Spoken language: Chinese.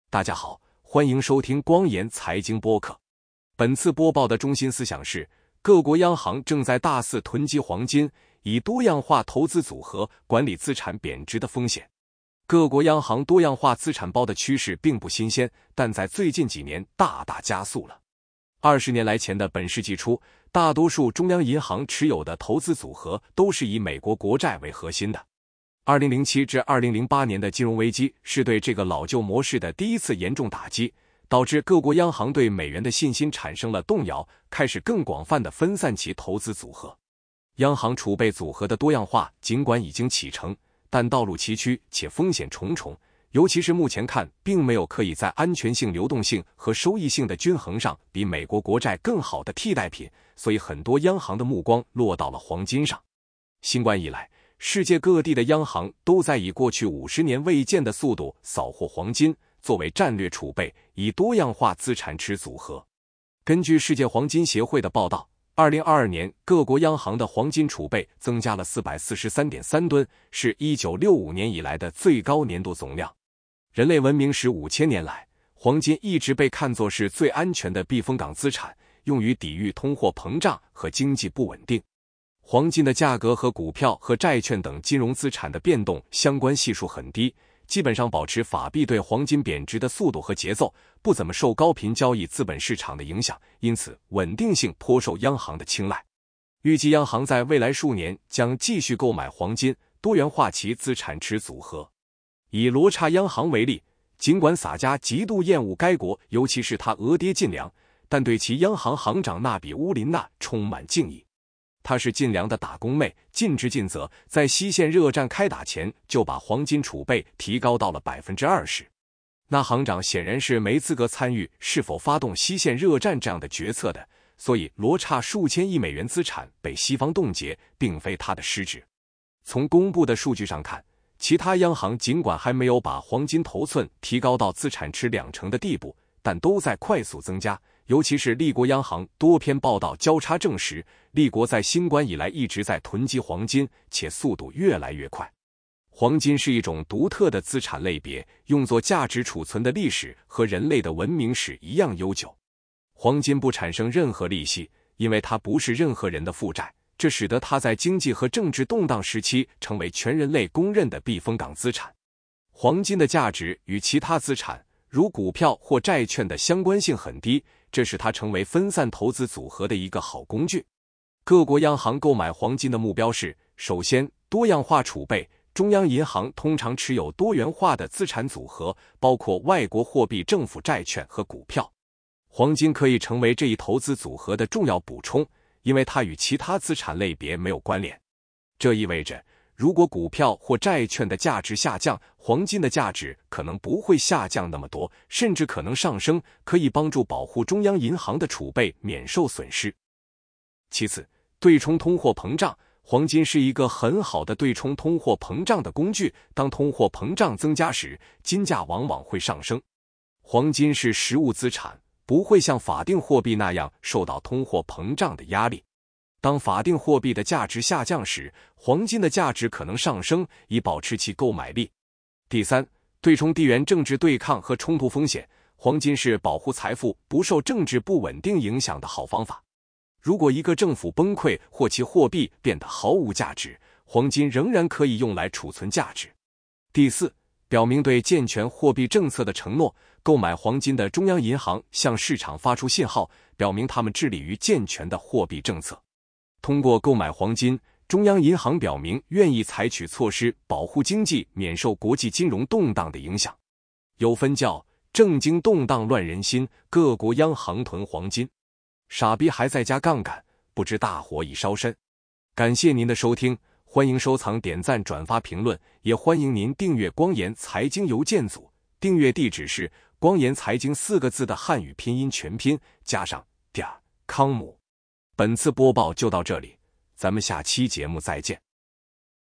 大家好，欢迎收听光言财经播客。本次播报的中心思想是，各国央行正在大肆囤积黄金，以多样化投资组合管理资产贬值的风险。各国央行多样化资产包的趋势并不新鲜，但在最近几年大大加速了。20年来前的本世纪初，大多数中央银行持有的投资组合都是以美国国债为核心的。2007至2008年的金融危机是对这个老旧模式的第一次严重打击，导致各国央行对美元的信心产生了动摇，开始更广泛地分散其投资组合。央行储备组合的多样化尽管已经启程，但道路崎岖且风险重重，尤其是目前看并没有可以在安全性、流动性和收益性的均衡上比美国国债更好的替代品，所以很多央行的目光落到了黄金上。新冠以来，世界各地的央行都在以过去50年未见的速度扫获黄金，作为战略储备，以多样化资产池组合。根据世界黄金协会的报道，2022年各国央行的黄金储备增加了 443.3 吨，是1965年以来的最高年度总量。人类文明史5000年来，黄金一直被看作是最安全的避风港资产，用于抵御通货膨胀和经济不稳定。黄金的价格和股票和债券等金融资产的变动相关系数很低，基本上保持法币对黄金贬值的速度和节奏，不怎么受高频交易资本市场的影响，因此稳定性颇受央行的青睐。预计央行在未来数年将继续购买黄金，多元化其资产池组合。以罗刹央行为例，尽管萨迦极度厌恶该国，尤其是他俄跌晋粮，但对其央行行长纳比乌林娜充满敬意。他是晋粮的打工妹，尽职尽责，在西线热战开打前就把黄金储备提高到了 20%。 那行长显然是没资格参与是否发动西线热战这样的决策的，所以罗刹数千亿美元资产被西方冻结，并非他的失职。从公布的数据上看，其他央行尽管还没有把黄金头寸提高到资产池20%的地步，但都在快速增加。尤其是立国央行多篇报道交叉证实，立国在新冠以来一直在囤积黄金，且速度越来越快。黄金是一种独特的资产类别，用作价值储存的历史和人类的文明史一样悠久。黄金不产生任何利息，因为它不是任何人的负债，这使得它在经济和政治动荡时期成为全人类公认的避风港资产。黄金的价值与其他资产如股票或债券的相关性很低，这使它成为分散投资组合的一个好工具。各国央行购买黄金的目标是：首先，多样化储备。中央银行通常持有多元化的资产组合，包括外国货币、政府债券和股票。黄金可以成为这一投资组合的重要补充，因为它与其他资产类别没有关联。这意味着，如果股票或债券的价值下降，黄金的价值可能不会下降那么多，甚至可能上升，可以帮助保护中央银行的储备免受损失。其次，对冲通货膨胀，黄金是一个很好的对冲通货膨胀的工具。当通货膨胀增加时，金价往往会上升。黄金是实物资产，不会像法定货币那样受到通货膨胀的压力。当法定货币的价值下降时，黄金的价值可能上升，以保持其购买力。第三，对冲地缘政治对抗和冲突风险，黄金是保护财富不受政治不稳定影响的好方法。如果一个政府崩溃或其货币变得毫无价值，黄金仍然可以用来储存价值。第四，表明对健全货币政策的承诺，购买黄金的中央银行向市场发出信号，表明他们致力于健全的货币政策。通过购买黄金，中央银行表明愿意采取措施保护经济免受国际金融动荡的影响。有分叫政经动荡乱人心，各国央行囤黄金。傻逼还在加杠杆，不知大火已烧身。感谢您的收听，欢迎收藏、点赞、转发、评论，也欢迎您订阅光言财经邮件组。订阅地址是光言财经4个字的汉语拼音全拼加上.com。本次播报就到这里，咱们下期节目再见。